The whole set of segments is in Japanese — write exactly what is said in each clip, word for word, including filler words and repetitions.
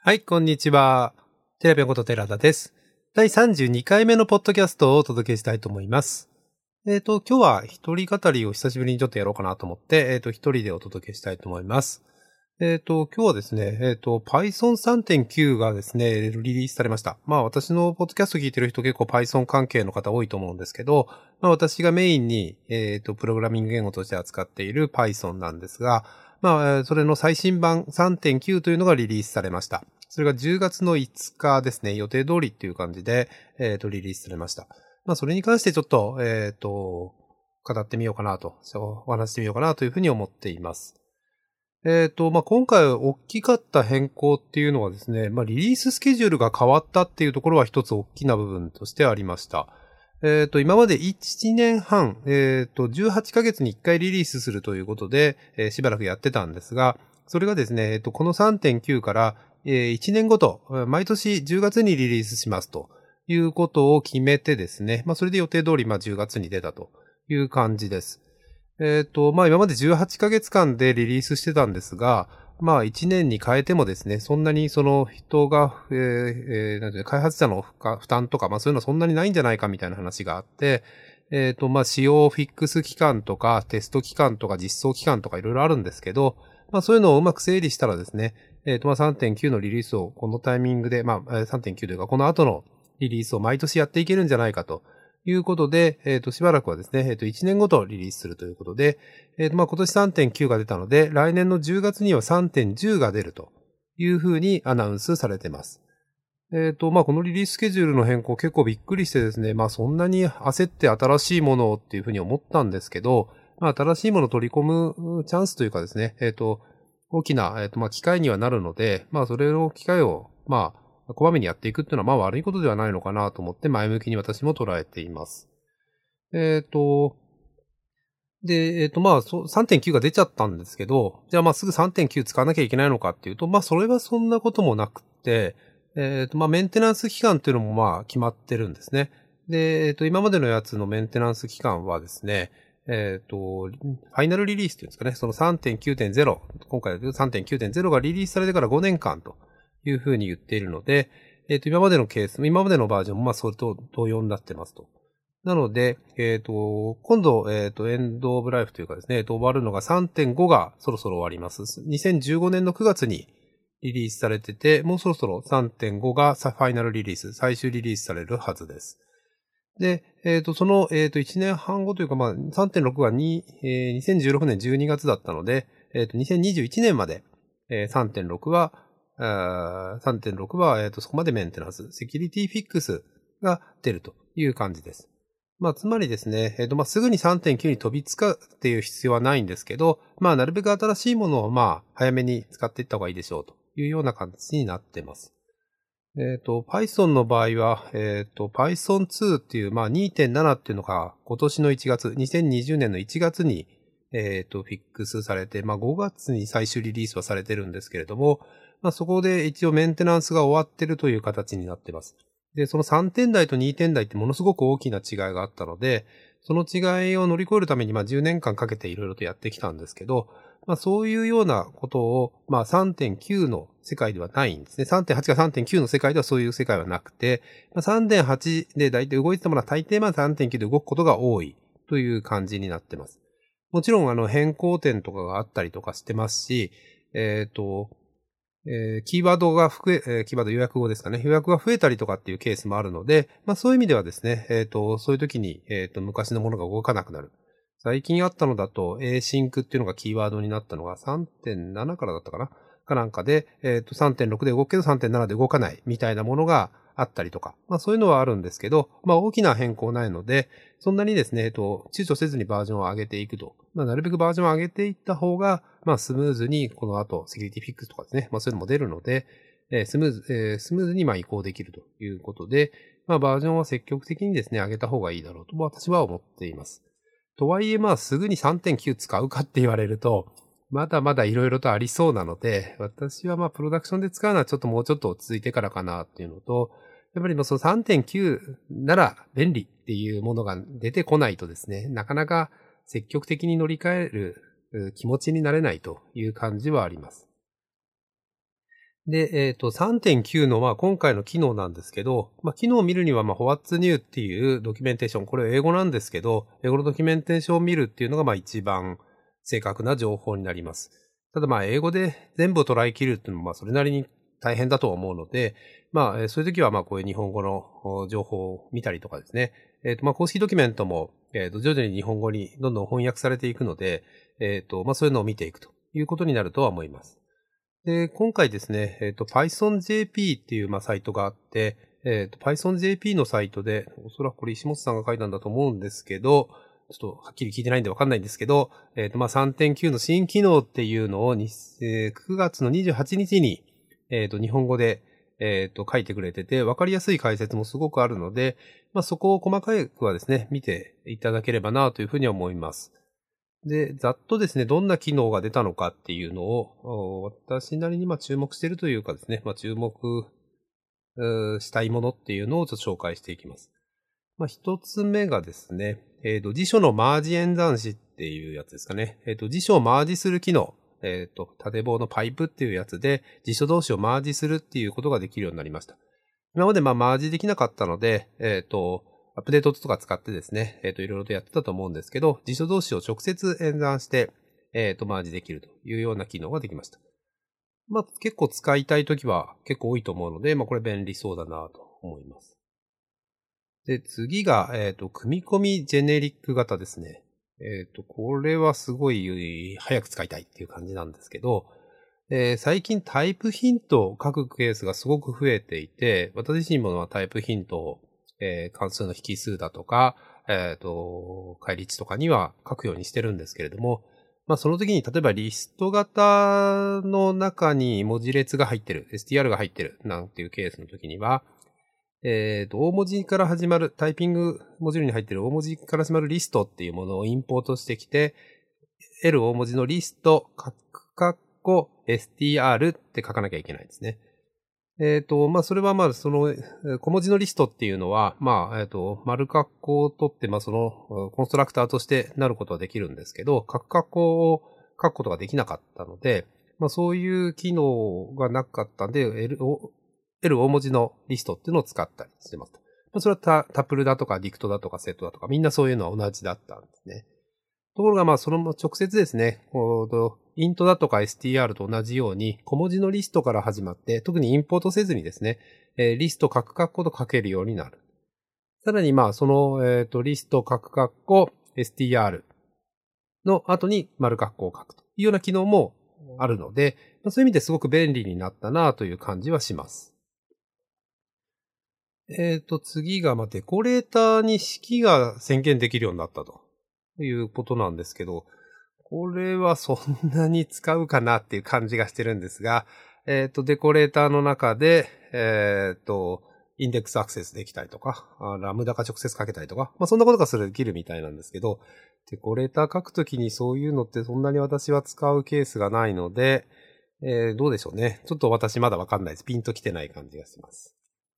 はい、こんにちは。テラピョンこと寺田です。だいさんじゅうにかいめのポッドキャストをお届けしたいと思います。えっ、と、今日は一人語りを久しぶりにちょっとやろうかなと思って、えっ、と、一人でお届けしたいと思います。えっ、と、今日はですね、えっ、と、Python さんてんきゅう がですね、リリースされました。まあ、私のポッドキャスト聞いてる人結構 Python 関係の方多いと思うんですけど、まあ、私がメインに、えっ、と、プログラミング言語として扱っている Python なんですが、まあ、それの最新版 さんてんきゅう というのがリリースされました。それがじゅうがつのいつかですね、予定通りっていう感じで、えっ、と、リリースされました。まあ、それに関してちょっと、えっ、と、語ってみようかなと、お話してみようかなというふうに思っています。えっ、と、まあ、今回大きかった変更っていうのはですね、まあ、リリーススケジュールが変わったっていうところは一つ大きな部分としてありました。えっ、と、今までいちねんはん、えっ、と、じゅうはちかげつにいっかいリリースするということで、えー、しばらくやってたんですが、それがですね、えっ、と、この さんてんきゅう から、えー、いちねんごと、毎年じゅうがつにリリースしますということを決めてですね、まあ、それで予定通り、まあ、じゅうがつに出たという感じです。えっ、と、まあ、今までじゅうはちかげつかんでリリースしてたんですが、まあ、いちねんに変えてもですね、そんなにその人が、えーえー、なんていうか開発者の負担とか、まあ、そういうのはそんなにないんじゃないかみたいな話があって、えっ、と、まあ、使用フィックス期間とか、テスト期間とか、実装期間とかいろいろあるんですけど、まあ、そういうのをうまく整理したらですね、えっ、と、まあ、さんてんきゅう のリリースをこのタイミングで、まあ、さんてんきゅう というか、この後のリリースを毎年やっていけるんじゃないかということで、えっ、と、しばらくはですね、えっ、と、いちねんごとリリースするということで、えっ、と、まあ、今年 さんてんきゅう が出たので、来年のじゅうがつには さんてんじゅう が出るというふうにアナウンスされています。えっ、と、まあ、このリリーススケジュールの変更結構びっくりしてですね、まあ、そんなに焦って新しいものをっていうふうに思ったんですけど、まあ、新しいものを取り込むチャンスというかですね、えっ、と、大きな、えっ、と、まあ、機会にはなるので、まあ、それの機会を、まあ、こまめにやっていくっていうのは、まあ、悪いことではないのかなと思って前向きに私も捉えています。えっ、と、で、えっ、と、まあ、さんてんきゅう が出ちゃったんですけど、じゃあまあすぐ さんてんきゅう 使わなきゃいけないのかっていうと、まあそれはそんなこともなくて、えっ、と、まあメンテナンス期間っていうのもまあ決まってるんですね。で、えっ、と、今までのやつのメンテナンス期間はですね、えっ、と、ファイナルリリースっていうんですかね、その さんてんきゅうてんゼロ、今回で さんてんきゅうてんゼロ がリリースされてからごねんかんというふうに言っているので、えっ、と、今までのケース、今までのバージョンもまあそれと同様になってますと。なので、えっ、と、今度、えっ、と、エンドオブライフというかですね、えっ、と、終わるのが さんてんご がそろそろ終わります。にせんじゅうごねんのくがつにリリースされてて、もうそろそろ さんてんご がファイナルリリース、最終リリースされるはずです。で、えっ、と、その、えっ、と、いちねんはんごというか、まあ、さんてんろく がに、えー、にせんじゅうろくねんじゅうにがつだったので、えっ、と、にせんにじゅういちねんまで、えー、さんてんろく は、さんてんろく は、えっ、と、そこまでメンテナンス、セキュリティフィックスが出るという感じです。まあ、つまりですね、えっ、と、まあ、すぐに さんてんきゅう に飛びつかっていう必要はないんですけど、まあ、なるべく新しいものを、まあ、早めに使っていった方がいいでしょうというような感じになっています。えっ、と、Python の場合は、えっ、と、パイソンツー っていう、まあ、にてんなな っていうのが今年のいちがつ、にせんにじゅうねんのいちがつに、えっ、と、フィックスされて、まあ、ごがつに最終リリースはされてるんですけれども、まあ、そこで一応メンテナンスが終わってるという形になっています。で、そのさんてん台とにてん台ってものすごく大きな違いがあったので、その違いを乗り越えるために、まあ、じゅうねんかんかけていろいろとやってきたんですけど、まあそういうようなことを、まあ さんてんきゅう の世界ではないんですね。さんてんはち か さんてんきゅう の世界ではそういう世界はなくて、まあ、さんてんはち で大体動いてたものは大抵まあ さんてんきゅう で動くことが多いという感じになってます。もちろんあの変更点とかがあったりとかしてますし、えっ、と、えー、キーワードが増え、えー、キーワード予約語ですかね。予約が増えたりとかっていうケースもあるので、まあそういう意味ではですね、えっ、と、そういう時に、えっ、と、昔のものが動かなくなる。最近あったのだと、Async っていうのがキーワードになったのが さんてんなな からだったかなかなんかで、えっ、と、さんてんろく で動くけど さんてんなな で動かないみたいなものがあったりとか、まあそういうのはあるんですけど、まあ大きな変更ないので、そんなにですね、えっ、と、躊躇せずにバージョンを上げていくと。まあなるべくバージョンを上げていった方が、まあスムーズにこの後セキュリティフィックスとかですね、まあそういうのも出るので、えー、スムーズ、えー、スムーズにまあ移行できるということで、まあバージョンは積極的にですね、上げた方がいいだろうと私は思っています。とはいえまあすぐに さんてんきゅう 使うかって言われると、まだまだ色々とありそうなので、私はまあプロダクションで使うのはちょっともうちょっと落ち着いてからかなっていうのと、やっぱりもうその さんてんきゅう なら便利っていうものが出てこないとですね、なかなか積極的に乗り換える気持ちになれないという感じはあります。 で、えっと、さんてんきゅう のまあ今回の機能なんですけど、まあ機能を見るにはまあ What's New っていうドキュメンテーション、これ英語なんですけど、英語のドキュメンテーションを見るっていうのがまあ一番正確な情報になります。ただまあ英語で全部を捉え切るっていうのもまあそれなりに大変だと思うので、まあそういう時はまあこういう日本語の情報を見たりとかですね、えっとまあ公式ドキュメントもえっと徐々に日本語にどんどん翻訳されていくので、えっとまあそういうのを見ていくということになるとは思います。で、今回ですね、えっと PythonJP っていうまあサイトがあって、えっと PythonJP のサイトで、おそらくこれ石本さんが書いたんだと思うんですけど、ちょっとはっきり聞いてないんでわかんないんですけど、えっとまあ さんてんきゅう の新機能っていうのをに、えーくがつのにじゅうはちにちに、えっと日本語で、えっと書いてくれてて、わかりやすい解説もすごくあるので、まあそこを細かくはですね、見ていただければなというふうに思います。で、ざっとですね、どんな機能が出たのかっていうのを、私なりにまあ注目しているというかですね、まあ注目したいものっていうのをちょっと紹介していきます。まあ一つ目がですね、えっと、辞書のマージ演算子っていうやつですかね。えっと、辞書をマージする機能。えっと、縦棒のパイプっていうやつで、辞書同士をマージするっていうことができるようになりました。今までまあマージできなかったので、えっと、アップデートとか使ってですね、えっと、いろいろとやってたと思うんですけど、辞書同士を直接演算して、えっと、マージできるというような機能ができました。まあ、結構使いたいときは結構多いと思うので、まあ、これ便利そうだなと思います。で、次が、えっと、組み込みジェネリック型ですね。えっと、これはすごい早く使いたいっていう感じなんですけど、えー最近タイプヒントを書くケースがすごく増えていて、私自身もタイプヒントを、えー関数の引数だとか、えっと、返り値とかには書くようにしてるんですけれども、まあその時に例えばリスト型の中に文字列が入ってる、エスティーアール が入ってるなんていうケースの時には、えっと、大文字から始まる、タイピングモジュールに入ってる大文字から始まるリストっていうものをインポートしてきて、L 大文字のリスト、カッカッコ エスティーアール って書かなきゃいけないんですね。えっ、と、まあ、それはまあ、その、小文字のリストっていうのは、まあ、えっ、と、丸括弧を取って、まあ、その、コンストラクターとしてなることはできるんですけど、カッカッコを書くことができなかったので、まあ、そういう機能がなかったんで、L、L 大文字のリストっていうのを使ったりしてます。まあ、それはタタプルだとか、ディクトだとか、セットだとか、みんなそういうのは同じだったんですね。ところがまあその直接ですね、こうイントだとか エスティーアール と同じように小文字のリストから始まって、特にインポートせずにですね、えーリストカクカッコと書けるようになる。さらにまあその、えっとリストカクカッコ エスティーアール の後に丸カッコを書くというような機能もあるので、まあ、そういう意味ですごく便利になったなという感じはします。えっと次がまあデコレーターに式が宣言できるようになったということなんですけど、これはそんなに使うかなっていう感じがしてるんですが、えっと、デコレーターの中で、えっと、インデックスアクセスできたりとか、ラムダが直接かけたりとか、まあそんなことがするできるみたいなんですけど、デコレーター書くときにそういうのってそんなに私は使うケースがないので、えー、どうでしょうね。ちょっと私まだわかんないです。ピンときてない感じがします。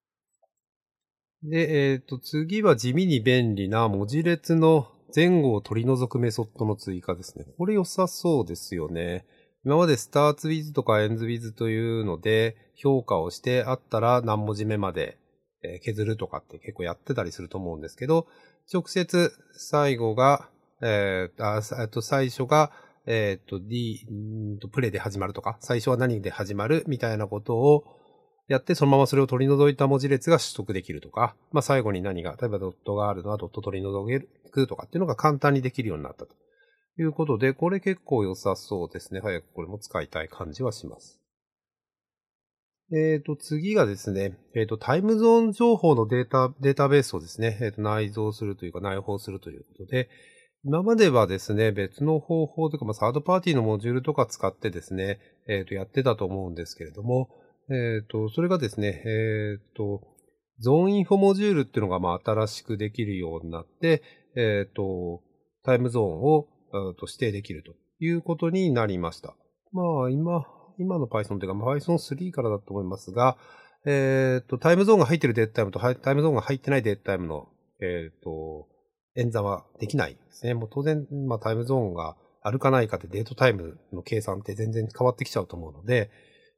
で、えっと、次は地味に便利な文字列の前後を取り除くメソッドの追加ですね。これ良さそうですよね。今まで starts with とか ends with というので評価をしてあったら何文字目まで削るとかって結構やってたりすると思うんですけど、直接最後が、えー、あと最初が、えっと D、プレイで始まるとか、最初は何で始まるみたいなことをやって、そのままそれを取り除いた文字列が取得できるとか、まあ最後に何が、例えばドットがあるのはドット取り除けるとかっていうのが簡単にできるようになったということで、これ結構良さそうですね。早くこれも使いたい感じはします。えっ、と、次がですね、えっ、と、タイムゾーン情報のデータ、データベースをですね、えっ、と、内蔵するというか内包するということで、今まではですね、別の方法というか、まあ、サードパーティーのモジュールとか使ってですね、えっ、と、やってたと思うんですけれども、えっ、と、それがですね、えっ、と、ゾーンインフォモジュールっていうのが、まあ、新しくできるようになって、えっ、と、タイムゾーンを、と指定できるということになりました。まあ、今、今の Python というか、まあ、パイソンスリー からだと思いますが、えっ、と、タイムゾーンが入っているデータタイムとタイムゾーンが入ってないデータタイムの、えっ、と、演算はできないですね。もう当然、まあ、タイムゾーンがあるかないかでデートタイムの計算って全然変わってきちゃうと思うので、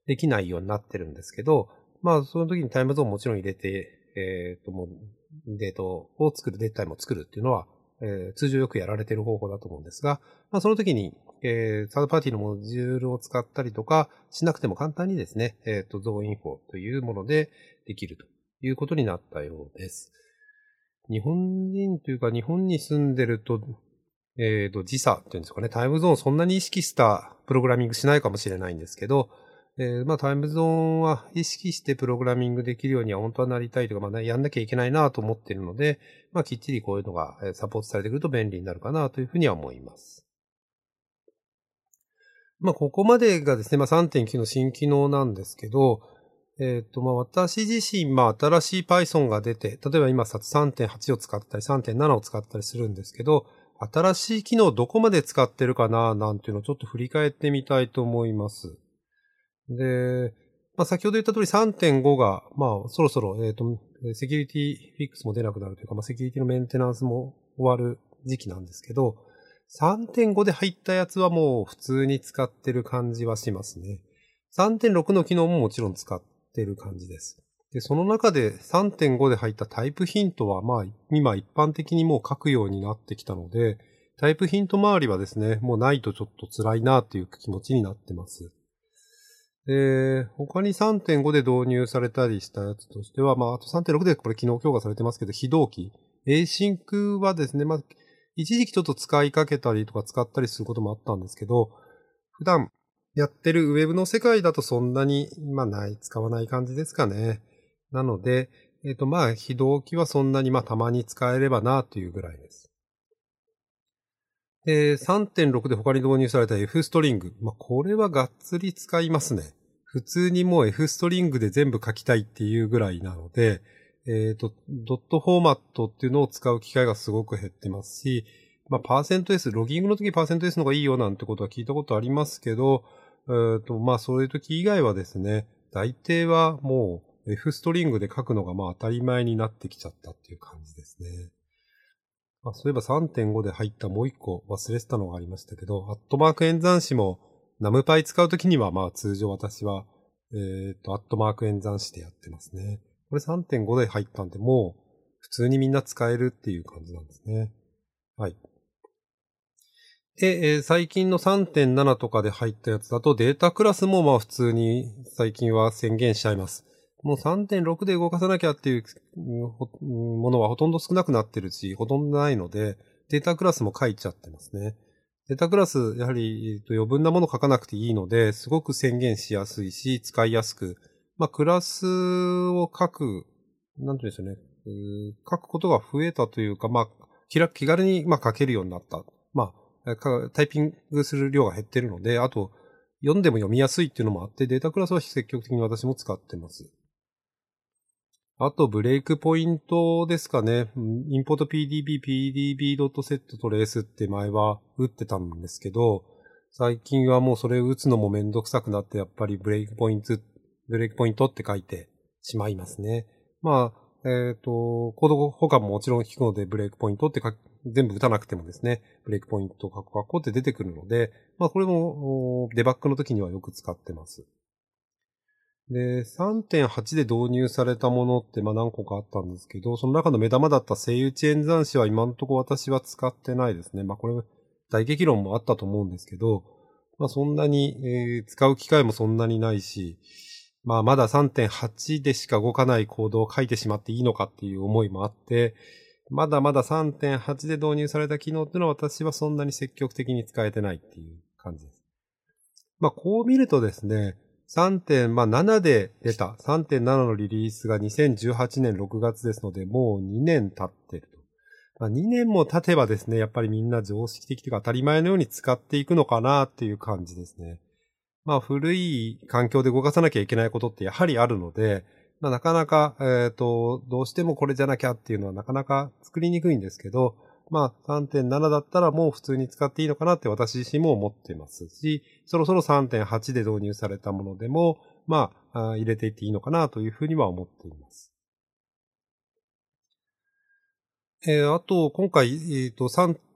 できないようになってるんですけど、まあ、その時にタイムゾーンもちろん入れて、えっと、もう、データを作る、データタイムを作るっていうのは、えー、通常よくやられている方法だと思うんですが、まあ、その時に、えー、サードパーティーのモジュールを使ったりとかしなくても簡単にですね、えっと、ゾーンインフォというものでできるということになったようです。日本人というか日本に住んでると、えっと、時差っていうんですかね、タイムゾーンそんなに意識したプログラミングしないかもしれないんですけど、えー、まあタイムゾーンは意識してプログラミングできるようには本当はなりたいとか、まあやんなきゃいけないなと思っているので、まあきっちりこういうのがサポートされてくると便利になるかなというふうには思います。まあここまでがですね、まあ さんてんきゅう の新機能なんですけど、えっと、まあ私自身、まあ新しい Python が出て、例えば今 さんてんはち を使ったり さんてんなな を使ったりするんですけど、新しい機能どこまで使ってるかななんていうのをちょっと振り返ってみたいと思います。で、まあ先ほど言った通り さんてんご が、まあそろそろ、えっと、セキュリティフィックスも出なくなるというか、まあセキュリティのメンテナンスも終わる時期なんですけど、さんてんご で入ったやつはもう普通に使ってる感じはしますね。さんてんろく の機能ももちろん使ってる感じです。で、その中で さんてんご で入ったタイプヒントは、まあ、今一般的にもう書くようになってきたので、タイプヒント周りはですね、もうないとちょっと辛いなっていう気持ちになってます。で、他に さんてんご で導入されたりしたやつとしては、まあ、あと さんてんろく でこれ機能強化されてますけど、非同期。Async はですね、まあ、一時期ちょっと使いかけたりとか使ったりすることもあったんですけど、普段やってるウェブの世界だとそんなに、まあない、使わない感じですかね。なので、えっと、まあ、非同期はそんなに、まあ、たまに使えればな、というぐらいです。で、さんてんろく で他に導入された F ストリング。まあ、これはがっつり使いますね。普通にもう F ストリングで全部書きたいっていうぐらいなので、えっと、ドットフォーマットっていうのを使う機会がすごく減ってますし、まあ、パーセント S、ロギングの時パーセント S の方がいいよなんてことは聞いたことありますけど、えっと、まあ、そういう時以外はですね、大抵はもう F ストリングで書くのがまあ当たり前になってきちゃったっていう感じですね。あ、そういえば さんてんご で入ったもう一個忘れてたのがありましたけど、アットマーク演算子もナムパイ使うときにはまあ通常私は、えっと、アットマーク演算子でやってますね。これ さんてんご で入ったんで、もう普通にみんな使えるっていう感じなんですね。はい。で、えー最近の さんてんなな とかで入ったやつだとデータクラスもまあ普通に最近は宣言しちゃいます。もう さんてんろく で動かさなきゃっていううんほものはほとんど少なくなってるし、ほとんどないので、データクラスも書いちゃってますね。データクラス、やはり、えっと余分なもの書かなくていいので、すごく宣言しやすいし、使いやすく、まあ、クラスを書く、なんていうんでしょうね、うー書くことが増えたというか、まあ、気楽気軽に、まあ、書けるようになった。まあ、かタイピングする量が減ってるので、あと、読んでも読みやすいっていうのもあって、データクラスは積極的に私も使ってます。あと、ブレイクポイントですかね。インポート ピーディービー、ピーディービードットセット とレースって前は打ってたんですけど、最近はもうそれを打つのもめんどくさくなって、やっぱりブレイクポイント、ブレイクポイントって書いてしまいますね。まあ、えっ、と、コード保管ももちろん聞くので、ブレイクポイントって書き全部打たなくてもですね、ブレイクポイント書く書こうって出てくるので、まあこれもデバッグの時にはよく使ってます。で、さんてんはち で導入されたものってまあ何個かあったんですけど、その中の目玉だったセイウチ演算子は今のところ私は使ってないですね。まあこれ大激論もあったと思うんですけど、まあそんなに、えー使う機会もそんなにないし、まあまだ さんてんはち でしか動かないコードを書いてしまっていいのかっていう思いもあって、まだまだ さんてんはち で導入された機能っていうのは私はそんなに積極的に使えてないっていう感じです。まあこう見るとですね、さんてんなな で出た さんてんなな のリリースがにせんじゅうはちねんろくがつですので、もうにねん経ってると。まあ、にねんも経てばですね、やっぱりみんな常識的というか当たり前のように使っていくのかなっていう感じですね。まあ古い環境で動かさなきゃいけないことってやはりあるので、まあなかなか、えっと、どうしてもこれじゃなきゃっていうのはなかなか作りにくいんですけど、まあ さんてんなな だったらもう普通に使っていいのかなって私自身も思っていますし、そろそろ さんてんはち で導入されたものでも、まあ、あ入れていっていいのかなというふうには思っています。えーあと、今回、えっと、さん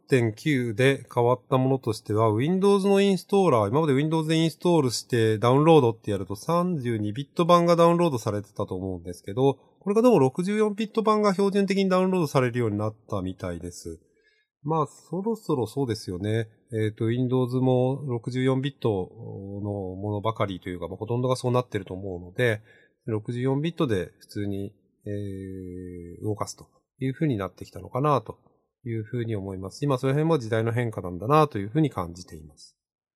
てんきゅう で変わったものとしては、Windows のインストーラー、今まで Windows でインストールしてダウンロードってやるとさんじゅうにビット版がダウンロードされてたと思うんですけど、これがどうもろくじゅうよんビット版が標準的にダウンロードされるようになったみたいです。まあ、そろそろそうですよね。えっと、Windows もろくじゅうよんビットのものばかりというか、まあ、ほとんどがそうなってると思うので、ろくじゅうよんビットで普通に、えー、動かすという風になってきたのかなという風に思います。今その辺も時代の変化なんだなという風に感じています。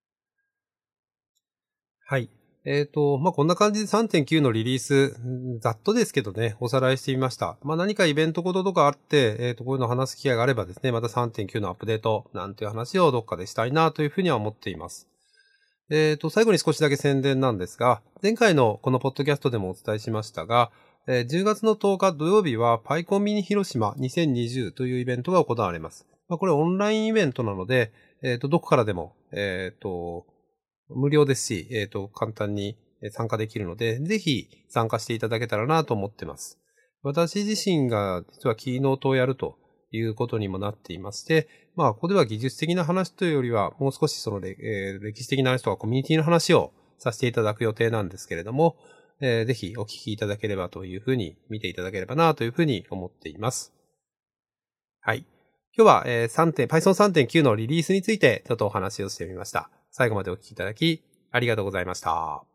はい。えっと、まあ、こんな感じで さんてんきゅう のリリース、ざっとですけどね、おさらいしてみました。まあ、何かイベントこととかあって、えっと、こういうのを話す機会があればですね、また さんてんきゅう のアップデートなんていう話をどっかでしたいなというふうには思っています。えっと、最後に少しだけ宣伝なんですが、前回のこのポッドキャストでもお伝えしましたが、えー、じゅうがつのとおか土曜日は PyCon Mini 広島にせんにじゅうというイベントが行われます。まあ、これオンラインイベントなので、えっと、どこからでも、えっと、無料ですし、えっと、簡単に参加できるので、ぜひ参加していただけたらなと思ってます。私自身が実はキーノートをやるということにもなっていまして、まあ、ここでは技術的な話というよりは、もう少しその、えー、歴史的な話とかコミュニティの話をさせていただく予定なんですけれども、えー、ぜひお聞きいただければというふうに、見ていただければなというふうに思っています。はい。今日は、えー、さんてん、Python さんてんきゅう のリリースについてちょっとお話をしてみました。最後までお聞きいただき、ありがとうございました。